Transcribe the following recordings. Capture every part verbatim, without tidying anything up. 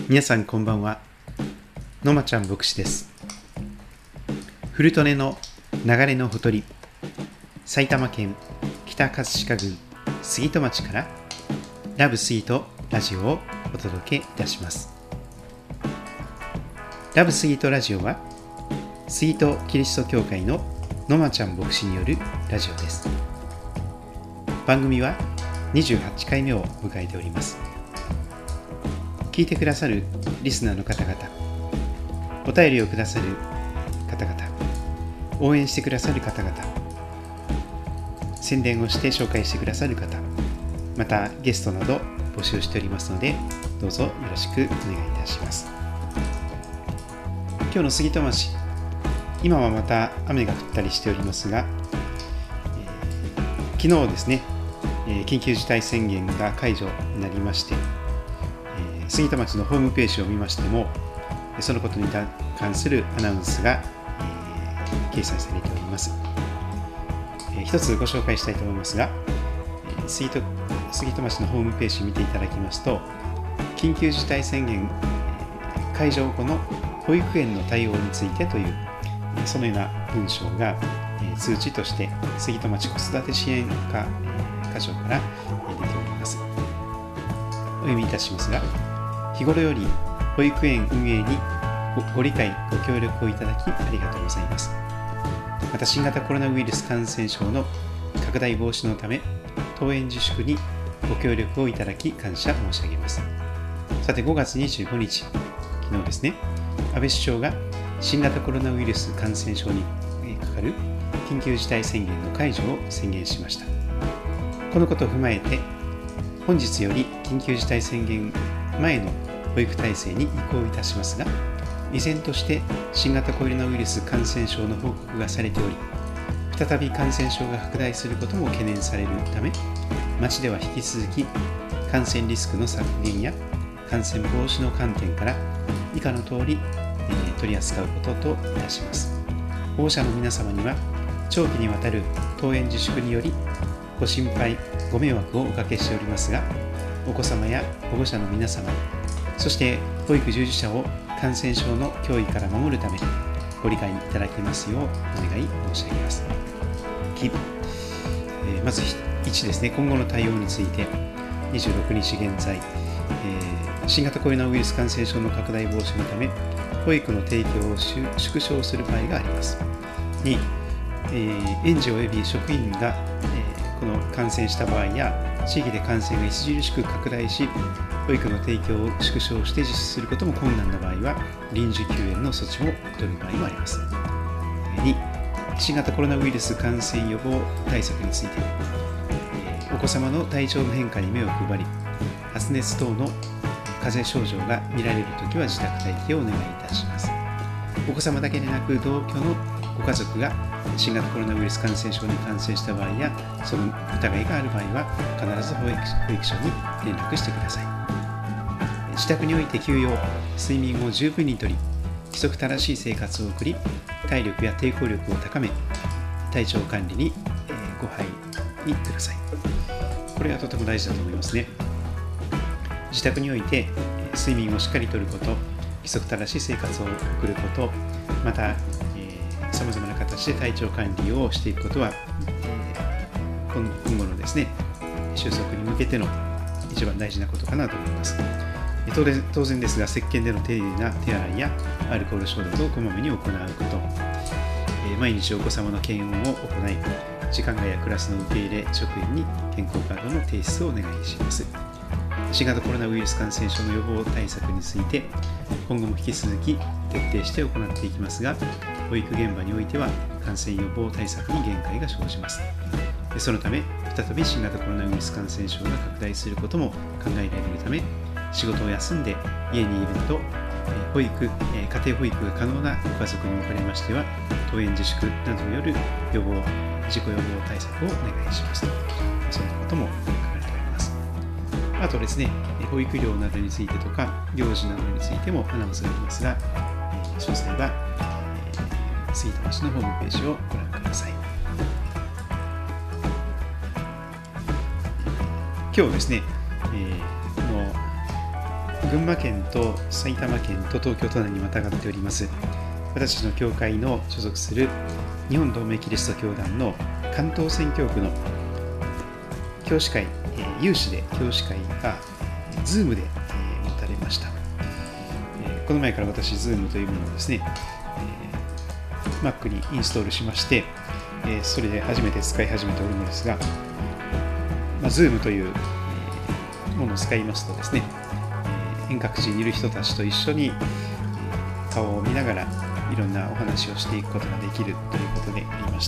皆さんこんばんは。のまちゃん牧師です。古利根の流れのほとり、埼玉県北葛飾郡杉戸町からラブスイートラジオをお届けいたします。ラブスイートラジオはスイートキリスト教会ののまちゃん牧師によるラジオです。番組はにじゅうはちかいめを迎えております。聞いてくださるリスナーの方々、お便りをくださる方々、応援してくださる方々、宣伝をして紹介してくださる方、またゲストなど募集しておりますので、どうぞよろしくお願いいたします。今日の杉戸町、今はまた雨が降ったりしておりますが、えー、昨日ですね、緊急事態宣言が解除になりまして、杉戸町のホームページを見ましても、そのことに関するアナウンスが、えー、掲載されております。えー、一つご紹介したいと思いますが、えー、杉戸、杉戸町のホームページを見ていただきますと、緊急事態宣言解除後の保育園の対応についてという、そのような文章が、えー、通知として杉戸町子育て支援課、えー、課長から出ております。お読みいたしますが、日頃より保育園運営に ご, ご理解ご協力をいただきありがとうございます。また新型コロナウイルス感染症の拡大防止のため登園自粛にご協力をいただき感謝申し上げます。さてごがつにじゅうごにち、昨日ですね、安倍首相が新型コロナウイルス感染症にかかる緊急事態宣言の解除を宣言しました。このことを踏まえて本日より緊急事態宣言前の保育体制に移行いたしますが、依然として新型コロナウイルス感染症の報告がされており、再び感染症が拡大することも懸念されるため、町では引き続き感染リスクの削減や感染防止の観点から以下の通り、えー、取り扱うことといたします。保護者の皆様には長期にわたる登園自粛によりご心配ご迷惑をおかけしておりますが、お子様や保護者の皆様、そして保育従事者を感染症の脅威から守るためご理解いただきますようお願い申し上げます。えー、まずいちですね、今後の対応についてにじゅうろくにち現在、えー、新型コロナウイルス感染症の拡大防止のため保育の提供を縮小する場合があります。に、えー、園児及び職員が、えー、この感染した場合や地域で感染が著しく拡大し、保育の提供を縮小して実施することも困難な場合は、臨時休園の措置を取る場合もあります。に、新型コロナウイルス感染予防対策について、お子様の体調の変化に目を配り、発熱等の風邪症状が見られるときは自宅待機をお願いいたします。お子様だけでなく、同居のご家族が新型コロナウイルス感染症に感染した場合や、その疑いがある場合は必ず保育、保育所に連絡してください。自宅において休養、睡眠を十分にとり、規則正しい生活を送り、体力や抵抗力を高め、体調管理にご配慮ください。これはとても大事だと思いますね。自宅において睡眠をしっかりとること、規則正しい生活を送ること、またさまざまな形で体調管理をしていくことは、えー、今後のですね、収束に向けての一番大事なことかなと思います。当然、当然ですが、石鹸での丁寧な手洗いやアルコール消毒をこまめに行うこと、えー、毎日お子様の検温を行い、時間外やクラスの受け入れ職員に健康カードの提出をお願いします。新型コロナウイルス感染症の予防対策について、今後も引き続き徹底して行っていきますが、保育現場においては感染予防対策に限界が生じます。そのため、再び新型コロナウイルス感染症が拡大することも考えられるため、仕事を休んで家にいるなど、保育、家庭保育が可能なご家族におかれましては、登園自粛などによる予防、自己予防対策をお願いします。そんなことも書かれております。あとですね、保育料などについてとか、行事などについてもアナウンスがありますが、詳細は杉戸町のホームページをご覧ください。今日ですね、えー、この群馬県と埼玉県と東京都内にまたがっております私たちの教会の所属する日本同盟キリスト教団の関東宣教区の教師会、有志で教師会が Zoom で持たれました。この前から私 Zoom というものをですね、Mac にインストールしまして、それで初めて使い始めておるのですが、まあ、Zoom というものを使いますとですね、遠隔地にいる人たちと一緒に顔を見ながらいろんなお話をしていくことができるということでありました。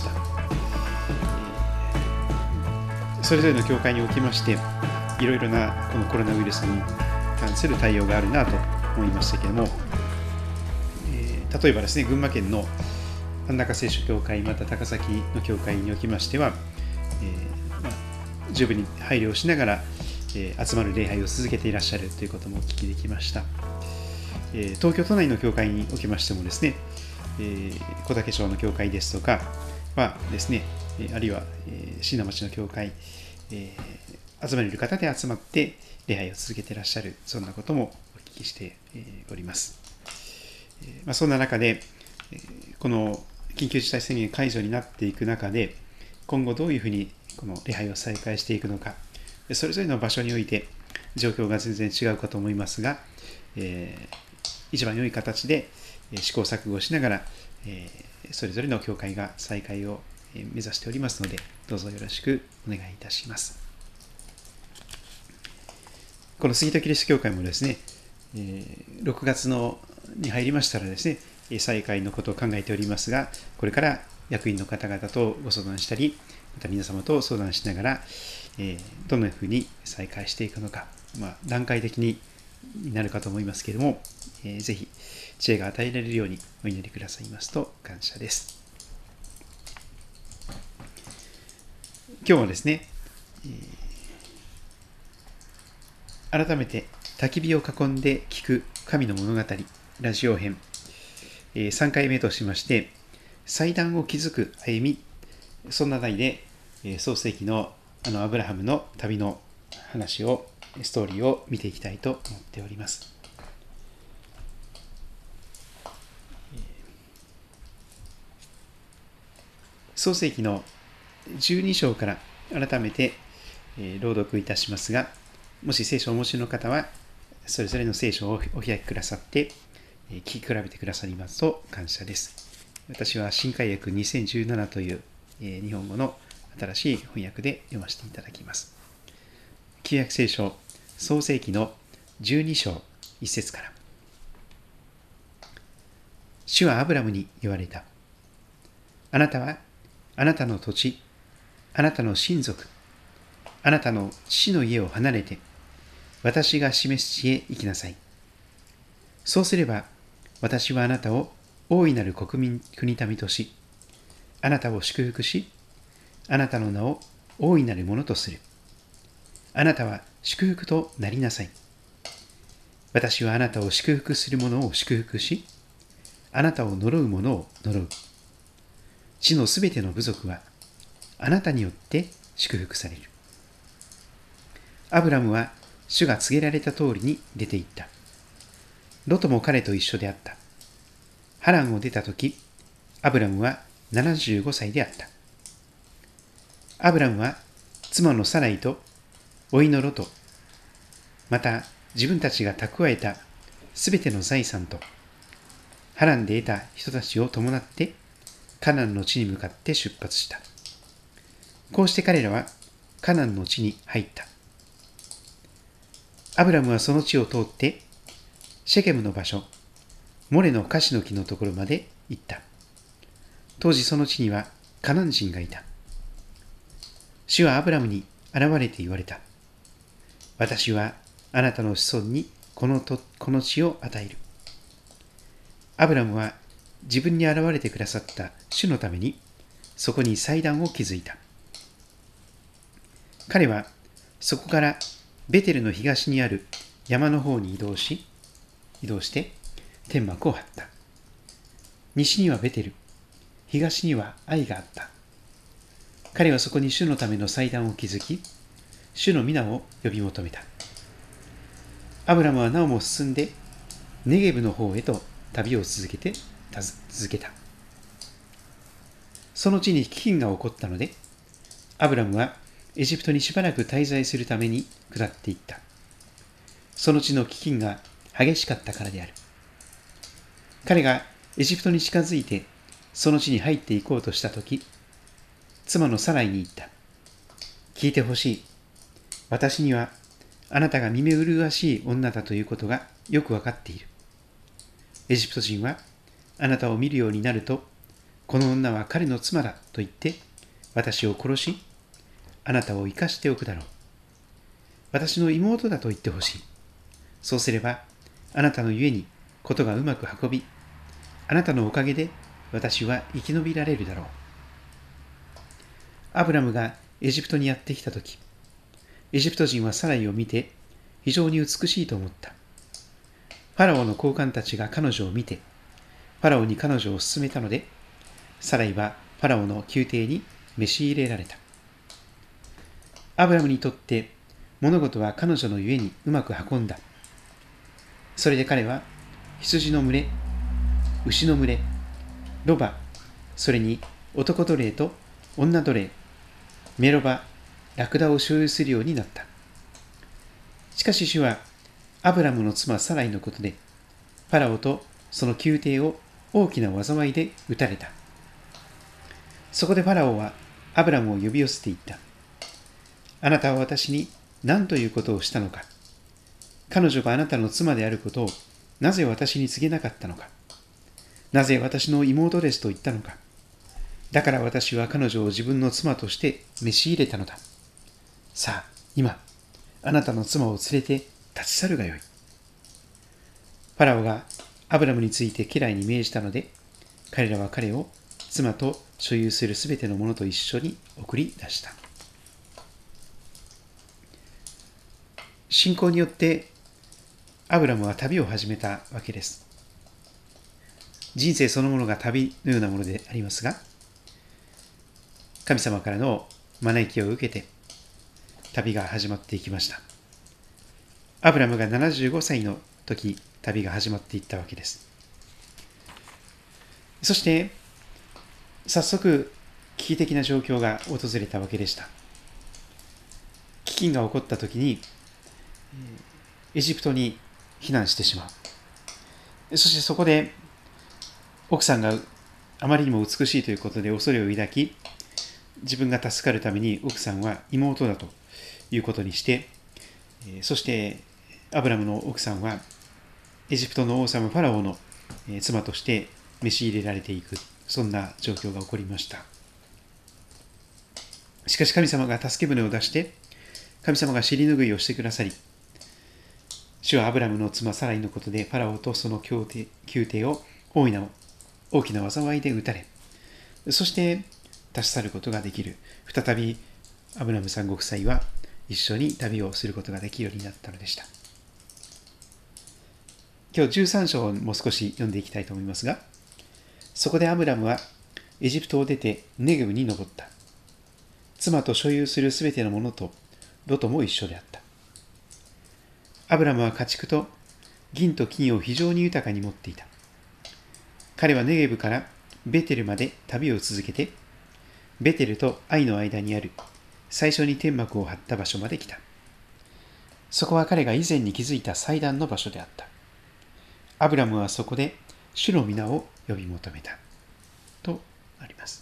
それぞれの教会におきましていろいろなこのコロナウイルスに関する対応があるなと思いましたけれども、えー、例えばですね、群馬県の安中聖書教会また高崎の教会におきましては、えーまあ、十分に配慮をしながら、えー、集まる礼拝を続けていらっしゃるということもお聞きできました。えー、東京都内の教会におきましてもですね、えー、小竹町の教会ですとかはですね、あるいは、えー、椎名町の教会、えー、集まれる方で集まって礼拝を続けていらっしゃる、そんなこともお聞きして、えー、おります。えーまあ、そんな中で、えー、この緊急事態宣言解除になっていく中で、今後どういうふうにこの礼拝を再開していくのか、それぞれの場所において状況が全然違うかと思いますが、えー、一番良い形で試行錯誤しながら、えー、それぞれの教会が再開を目指しておりますので、どうぞよろしくお願いいたします。この杉戸キリスト教会もですね、ろくがつのに入りましたらですね、再開のことを考えておりますが、これから役員の方々とご相談したり、また皆様と相談しながら、どのように再開していくのか、まあ、段階的になるかと思いますけれども、ぜひ知恵が与えられるようにお祈りくださいますと感謝です。今日はですね、えー、改めて焚き火を囲んで聞く神の物語ラジオ編、えー、さんかいめとしまして、祭壇を築く歩み、そんな題で、えー、創世記のあのアブラハムの旅の話を、ストーリーを見ていきたいと思っております。創世記のじゅうに章から改めて朗読いたしますが、もし聖書をお持ちの方はそれぞれの聖書をお開きくださって聞き比べてくださりますと感謝です。私は新海訳にせんじゅうななという日本語の新しい翻訳で読ませていただきます。旧約聖書創世記のじゅうに章いち節から。主はアブラムに言われた。あなたはあなたの土地、あなたの親族、あなたの父の家を離れて、私が示す地へ行きなさい。そうすれば、私はあなたを大いなる国民、国民とし、あなたを祝福し、あなたの名を大いなるものとする。あなたは祝福となりなさい。私はあなたを祝福する者を祝福し、あなたを呪う者を呪う。地のすべての部族はあなたによって祝福される。アブラムは主が告げられた通りに出て行った。ロトも彼と一緒であった。ハランを出たとき、アブラムはななじゅうごさいであった。アブラムは妻のサライと甥のロト、また自分たちが蓄えたすべての財産と、ハランで得た人たちを伴ってカナンの地に向かって出発した。こうして彼らはカナンの地に入った。アブラムはその地を通って、シェケムの場所、モレのカシの木のところまで行った。当時その地にはカナン人がいた。主はアブラムに現れて言われた。私はあなたの子孫にこのとこの地を与える。アブラムは自分に現れてくださった主のために、そこに祭壇を築いた。彼はそこからベテルの東にある山の方に移動し、移動して天幕を張った。西にはベテル、東にはアイがあった。彼はそこに主のための祭壇を築き、主の皆を呼び求めた。 アブラムはなおも進んでネゲブの方へと旅を続けて続けた。その地に飢饉が起こったので、アブラムはエジプトにしばらく滞在するために下っていった。その地の飢饉が激しかったからである。彼がエジプトに近づいてその地に入っていこうとしたとき、妻のサライに言った。聞いてほしい。私にはあなたが見目麗しい女だということがよくわかっている。エジプト人はあなたを見るようになると、この女は彼の妻だと言って私を殺し、あなたを生かしておくだろう。私の妹だと言ってほしい。そうすればあなたのゆえにことがうまく運び、あなたのおかげで私は生き延びられるだろう。アブラムがエジプトにやってきたとき、エジプト人はサライを見て非常に美しいと思った。ファラオの高官たちが彼女を見て、ファラオに彼女を勧めたので、サライはファラオの宮廷に召し入れられた。アブラムにとって物事は彼女のゆえにうまく運んだ。それで彼は羊の群れ、牛の群れ、ロバ、それに男奴隷と女奴隷、メロバ、ラクダを所有するようになった。しかし主はアブラムの妻サライのことで、ファラオとその宮廷を大きな災いで打たれた。そこでファラオはアブラムを呼び寄せていった。あなたは私に何ということをしたのか。彼女があなたの妻であることをなぜ私に告げなかったのか。なぜ私の妹ですと言ったのか。だから私は彼女を自分の妻として召し入れたのだ。さあ、今、あなたの妻を連れて立ち去るがよい。ファラオがアブラムについて家来に命じたので、彼らは彼を妻と所有するすべてのものと一緒に送り出した。信仰によってアブラムは旅を始めたわけです。人生そのものが旅のようなものでありますが、神様からの招きを受けて旅が始まっていきました。アブラムがななじゅうごさいの時、旅が始まっていったわけです。そして早速危機的な状況が訪れたわけでした。飢饉が起こった時にエジプトに避難してしまう。そしてそこで奥さんがあまりにも美しいということで恐れを抱き、自分が助かるために奥さんは妹だということにして、そしてアブラムの奥さんはエジプトの王様ファラオの妻として召し入れられていく、そんな状況が起こりました。しかし神様が助け舟を出して、神様が尻拭いをしてくださり、主はアブラムの妻サライのことでファラオとその宮廷、宮廷を大いな大きな災いで打たれ、そして立ち去ることができる。再びアブラムさんご夫妻は一緒に旅をすることができるようになったのでした。今日じゅうさん章も少し読んでいきたいと思いますが、そこでアブラムはエジプトを出てネゲブに登った。妻と所有するすべてのものとロトも一緒であった。アブラムは家畜と銀と金を非常に豊かに持っていた。彼はネゲブからベテルまで旅を続けて、ベテルとアイの間にある最初に天幕を張った場所まで来た。そこは彼が以前に築いた祭壇の場所であった。アブラムはそこで主の皆を呼び求めたとあります。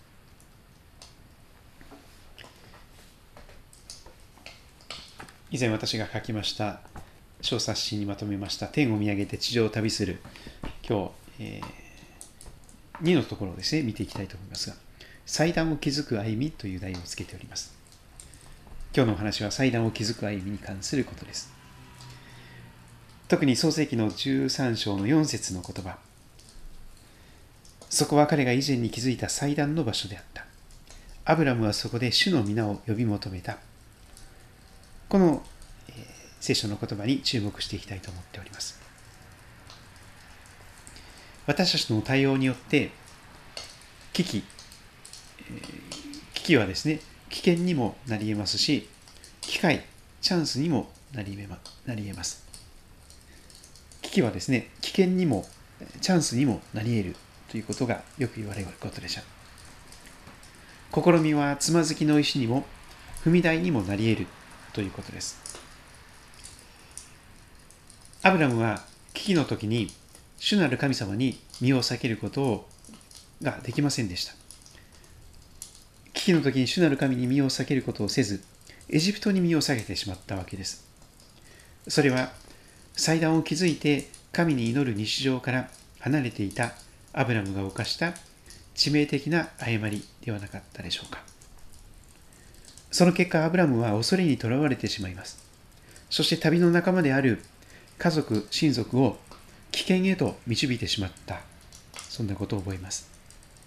以前私が書きました小冊子にまとめました天を見上げて地上を旅する、今日、えー、にのところをですね見ていきたいと思いますが、祭壇を築く歩みという題をつけております。今日のお話は祭壇を築く歩みに関することです。特に創世記のじゅうさん章のよん節の言葉、そこは彼が以前に築いた祭壇の場所であった。アブラムはそこで主の皆を呼び求めた。この、えー、聖書の言葉に注目していきたいと思っております。私たちの対応によって危機、えー、危機はですね、危険にもなり得ますし、機会、チャンスにもなり得ます。 機はですね、危険にもチャンスにもなり得るということがよく言われることでしょう。試みはつまずきの石にも踏み台にもなり得るということです。アブラムは危機の時に主なる神様に身を避けることができませんでした。危機の時に主なる神に身を避けることをせず、エジプトに身を下げてしまったわけです。それは祭壇を築いて神に祈る日常から離れていたアブラムが犯した致命的な誤りではなかったでしょうか。その結果、アブラムは恐れにとらわれてしまいます。そして旅の仲間である家族、親族を危険へと導いてしまった。そんなことを覚えます。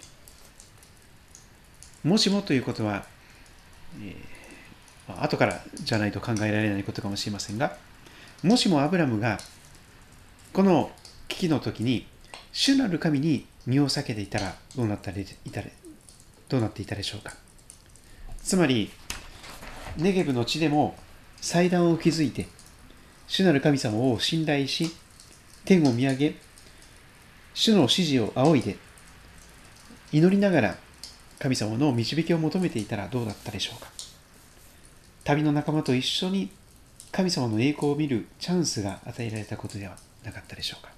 もしもということは、えー、後からじゃないと考えられないことかもしれませんが、もしもアブラムがこの危機の時に主なる神に身を避けていたらどうなったいたどうなっていたでしょうか。つまりネゲブの地でも祭壇を築いて主なる神様を信頼し、天を見上げ、主の指示を仰いで祈りながら神様の導きを求めていたらどうだったでしょうか。旅の仲間と一緒に神様の栄光を見るチャンスが与えられたことではなかったでしょうか。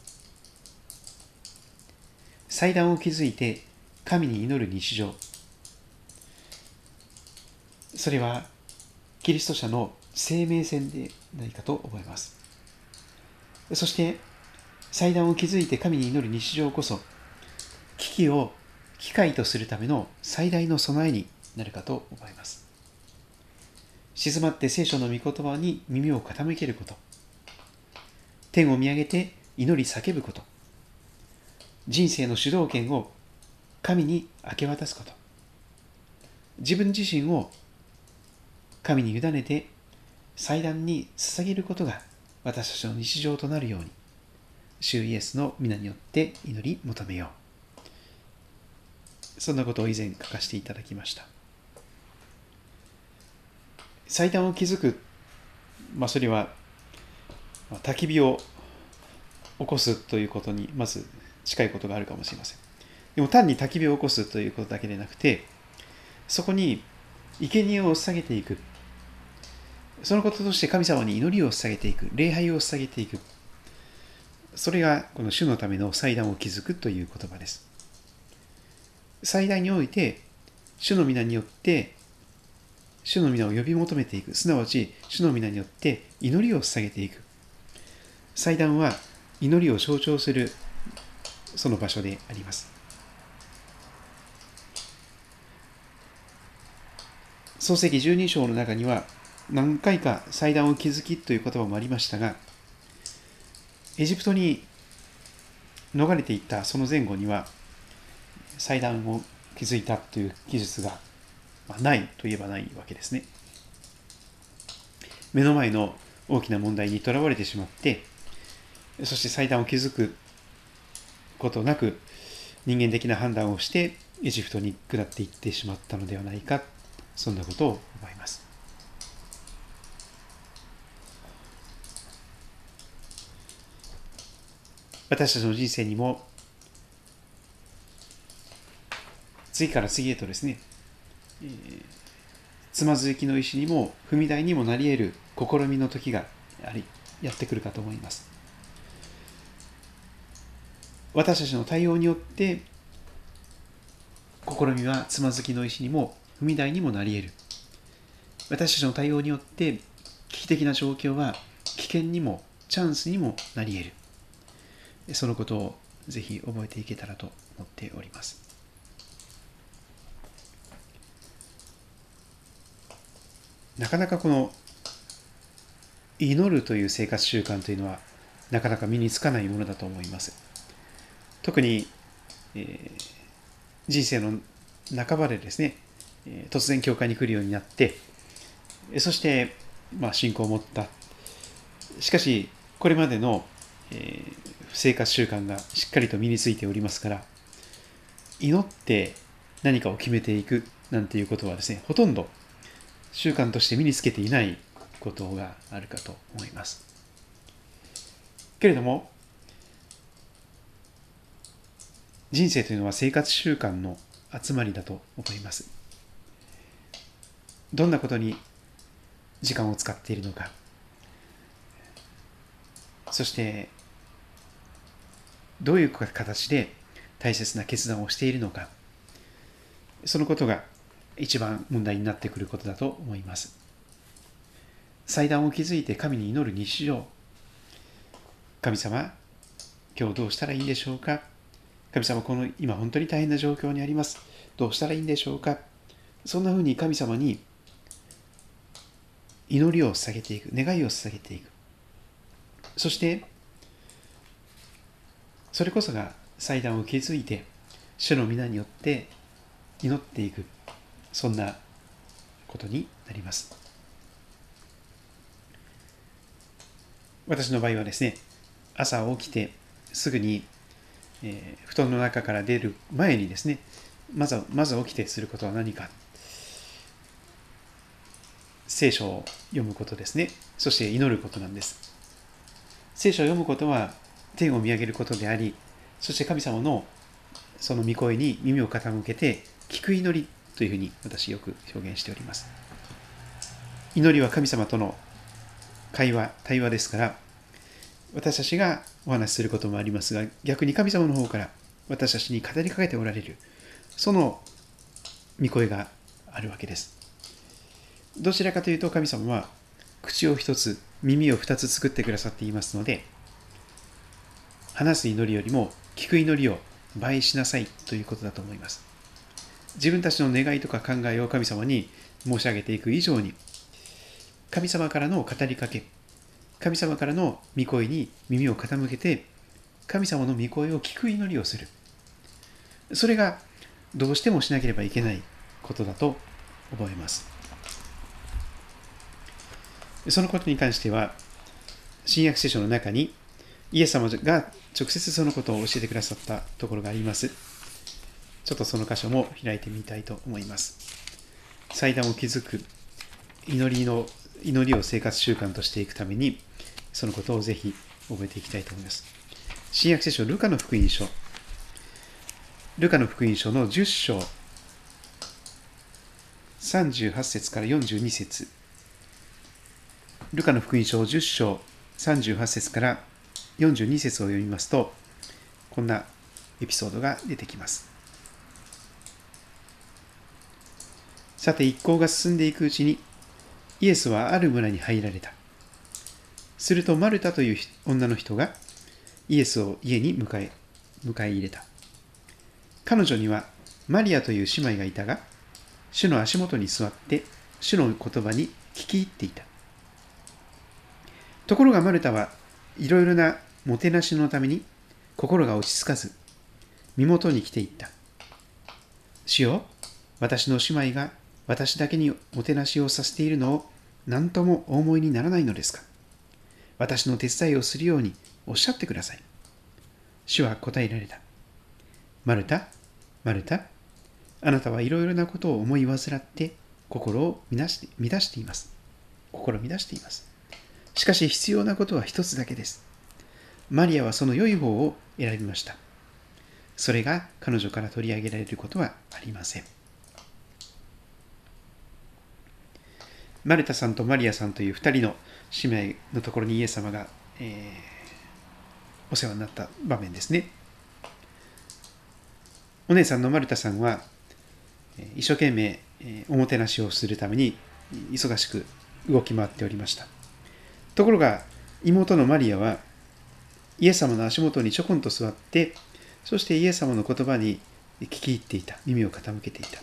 祭壇を築いて神に祈る日常、それはキリスト者の生命線でないかと思います。そして祭壇を築いて神に祈る日常こそ危機を機会とするための最大の備えになるかと思います。静まって聖書の御言葉に耳を傾けること、天を見上げて祈り叫ぶこと、人生の主導権を神に明け渡すこと、自分自身を神に委ねて祭壇に捧げることが私たちの日常となるように、主イエスの皆によって祈り求めよう。そんなことを以前書かせていただきました。祭壇を築く、まあ、それは焚き火を起こすということにまず近いことがあるかもしれません。でも単に焚き火を起こすということだけでなくて、そこに生贄を捧げていく、そのこととして神様に祈りを捧げていく、礼拝を捧げていく、それがこの主のための祭壇を築くという言葉です。祭壇において主の皆によって主の皆を呼び求めていく、すなわち主の皆によって祈りを捧げていく。祭壇は祈りを象徴するその場所であります。創世記じゅうに章の中には何回か祭壇を築きという言葉もありましたが、エジプトに逃れていったその前後には祭壇を築いたという記述がないといえばないわけですね。目の前の大きな問題にとらわれてしまって、そして祭壇を築くことなく人間的な判断をしてエジプトに下っていってしまったのではないか、そんなことを思います。私たちの人生にも次から次へとですね、えー、つまずきの石にも踏み台にもなり得る試みの時がありやってくるかと思います。私たちの対応によって試みはつまずきの石にも踏み台にもなり得る。私たちの対応によって危機的な状況は危険にもチャンスにもなり得る。そのことをぜひ覚えていけたらと思っております。なかなかこの祈るという生活習慣というのはなかなか身につかないものだと思います。特に、えー、人生の半ばでですね、えー、突然教会に来るようになって、そして、まあ、信仰を持った。しかしこれまでの、えー、生活習慣がしっかりと身についておりますから、祈って何かを決めていくなんていうことはですね、ほとんど習慣として身につけていないことがあるかと思います。 けれども、人生というのは生活習慣の集まりだと思います。どんなことに時間を使っているのか、そしてどういう形で大切な決断をしているのか、そのことが一番問題になってくることだと思います。祭壇を築いて神に祈る日常。神様、今日どうしたらいいでしょうか。神様、この今本当に大変な状況にあります。どうしたらいいんでしょうか。そんなふうに神様に祈りを捧げていく、願いを捧げていく。そして、それこそが祭壇を築いて、主の皆によって祈っていく、そんなことになります。私の場合はですね、朝起きてすぐに、えー、布団の中から出る前にですね、まずは、まず起きてすることは何か。聖書を読むことですね。そして祈ることなんです。聖書を読むことは天を見上げることであり、そして神様のその御声に耳を傾けて聞く祈りというふうに私よく表現しております。祈りは神様との会話、対話ですから、私たちがお話しすることもありますが、逆に神様の方から私たちに語りかけておられる、その御声があるわけです。どちらかというと神様は口を一つ、耳を二つ作ってくださっていますので、話す祈りよりも聞く祈りを倍しなさいということだと思います。自分たちの願いとか考えを神様に申し上げていく以上に、神様からの語りかけ、神様からの御声に耳を傾けて、神様の御声を聞く祈りをする。それがどうしてもしなければいけないことだと思います。そのことに関しては、新約聖書の中にイエス様が直接そのことを教えてくださったところがあります。ちょっとその箇所も開いてみたいと思います。祭壇を築く祈りの祈りを生活習慣としていくために、そのことをぜひ覚えていきたいと思います。新約聖書ルカの福音書、ルカの福音書のじゅっ章さんじゅうはち節からよんじゅうに節、ルカの福音書じゅっ章さんじゅうはち節からよんじゅうに節を読みますと、こんなエピソードが出てきます。さて、一行が進んでいくうちに、イエスはある村に入られた。するとマルタという女の人がイエスを家に迎え、迎え入れた。彼女にはマリアという姉妹がいたが、主の足元に座って主の言葉に聞き入っていた。ところがマルタはいろいろなもてなしのために心が落ち着かず、身元に来ていった。主よ、私の姉妹が私だけにもてなしをさせているのを何ともお思いにならないのですか。私の手伝いをするようにおっしゃってください。主は答えられた。マルタ、マルタ、あなたはいろいろなことを思い患って心を乱して乱しています。心を乱しています。しかし必要なことは一つだけです。マリアはその良い方を選びました。それが彼女から取り上げられることはありません。マルタさんとマリアさんという二人の姉妹のところにイエス様が、えー、お世話になった場面ですね。お姉さんのマルタさんは一生懸命おもてなしをするために忙しく動き回っておりました。ところが妹のマリアはイエス様の足元にちょこんと座って、そしてイエス様の言葉に聞き入っていた。耳を傾けていた。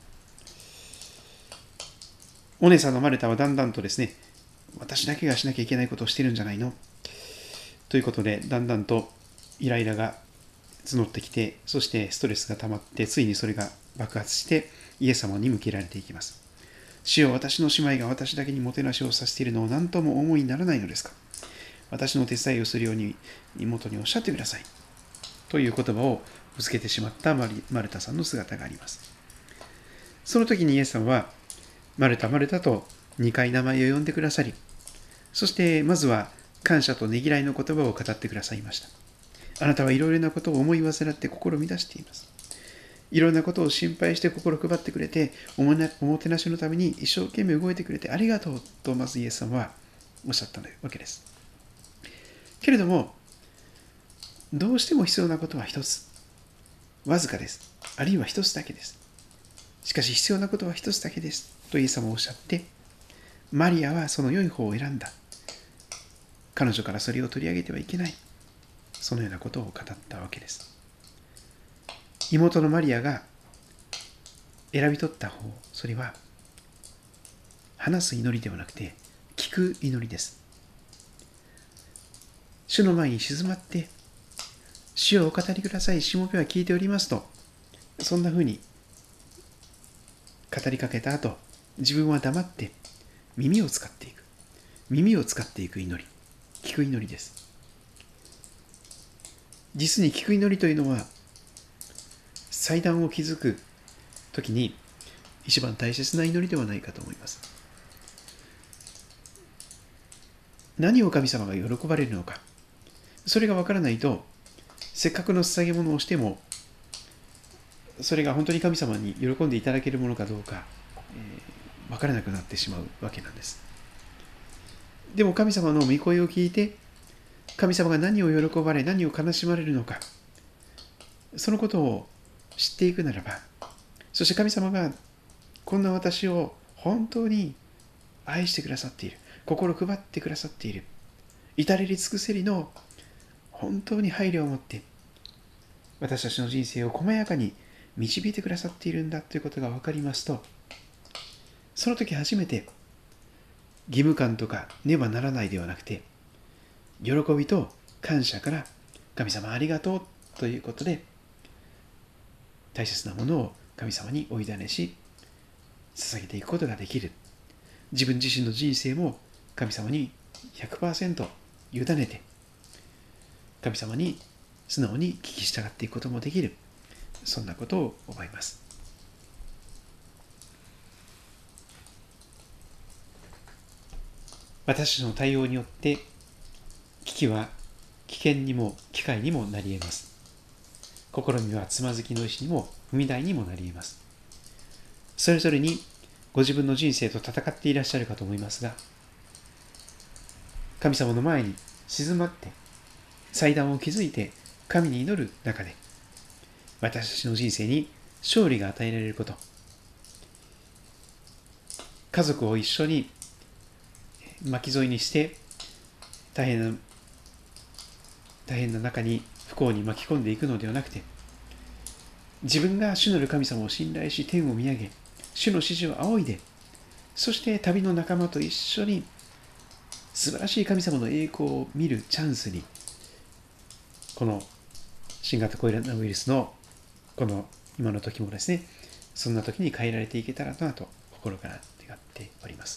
お姉さんのマルタはだんだんとですね、私だけがしなきゃいけないことをしてるんじゃないのということで、だんだんとイライラが募ってきて、そしてストレスが溜まって、ついにそれが爆発してイエス様に向けられていきます。主よ、私の姉妹が私だけにもてなしをさせているのを何とも思いにならないのですか。私の手伝いをするように妹におっしゃってください。という言葉をぶつけてしまったマルタさんの姿があります。その時にイエス様は、マルタ、マルタとにかい名前を呼んでくださり、そしてまずは感謝とねぎらいの言葉を語ってくださいました。あなたはいろいろなことを思い煩って心を乱しています。いろんなことを心配して心を配ってくれて、おもなおもてなしのために一生懸命動いてくれてありがとうとまずイエス様はおっしゃったわけです。けれども、どうしても必要なことは一つ。わずかです。あるいは一つだけです。しかし必要なことは一つだけです。とイエス様はおっしゃって、マリアはその良い方を選んだ。彼女からそれを取り上げてはいけない。そのようなことを語ったわけです。妹のマリアが選び取った方、それは話す祈りではなくて聞く祈りです。主の前に静まって、主をお語りください、しもべは聞いておりますと、そんなふうに語りかけた後、自分は黙って耳を使っていく。耳を使っていく祈り、聞く祈りです。実に聞く祈りというのは、祭壇を築くときに一番大切な祈りではないかと思います。何を神様が喜ばれるのか、それがわからないと、せっかくの捧げ物をしても、それが本当に神様に喜んでいただけるものかどうか、えー、わからなくなってしまうわけなんです。でも神様の御声を聞いて、神様が何を喜ばれ、何を悲しまれるのか、そのことを知っていくならば、そして神様がこんな私を本当に愛してくださっている、心を配ってくださっている、至れり尽くせりの本当に配慮を持って私たちの人生を細やかに導いてくださっているんだということが分かりますと、その時初めて義務感とかねばならないではなくて、喜びと感謝から神様ありがとうということで、大切なものを神様にお委ねし捧げていくことができる。自分自身の人生も神様に ひゃくパーセント 委ねて、神様に素直に聞き従っていくこともできる。そんなことを思います。私たちの対応によって危機は危険にも機会にもなり得ます。試みはつまずきの石にも踏み台にもなり得ます。それぞれにご自分の人生と戦っていらっしゃるかと思いますが、神様の前に静まって祭壇を築いて神に祈る中で、私たちの人生に勝利が与えられること、家族を一緒に巻き添えにして大変な大変な中に不幸に巻き込んでいくのではなくて、自分が主なる神様を信頼し天を見上げ、主の指示を仰いで、そして旅の仲間と一緒に素晴らしい神様の栄光を見るチャンスに、この新型コロナウイルスのこの今の時もですね、そんな時に変えられていけたらなと心から願っております。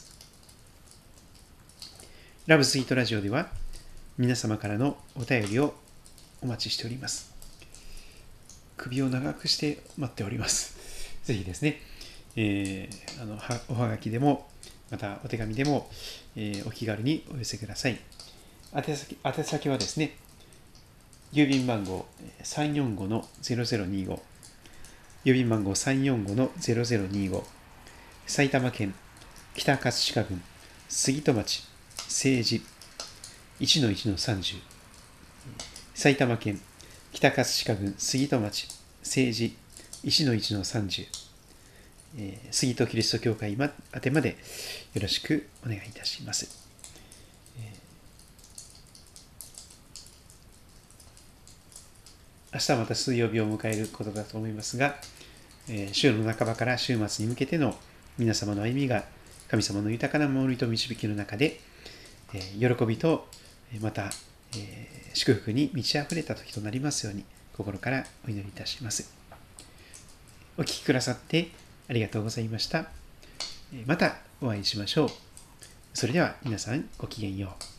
ラブスイートラジオでは皆様からのお便りをお待ちしております。首を長くして待っております。ぜひですね、えー、あのはおはがきでもまたお手紙でも、えー、お気軽にお寄せください。宛先、宛先はですね、郵便番号 さんよんごのゼロゼロにご、郵便番号 さんよんごのゼロゼロにご、埼玉県北葛飾郡杉戸町西寺 いちのいちのさんじゅう、埼玉県北葛飾郡杉戸町西寺 いちのいちのさんじゅう、えー、杉戸キリスト教会宛てまでよろしくお願いいたします。えー、明日はまた水曜日を迎えることだと思いますが、えー、週の半ばから週末に向けての皆様の歩みが神様の豊かな守りと導きの中で、えー、喜びとまた、えー、祝福に満ち溢れた時となりますように心からお祈りいたします。お聞きくださってありがとうございました。またお会いしましょう。それでは皆さんごきげんよう。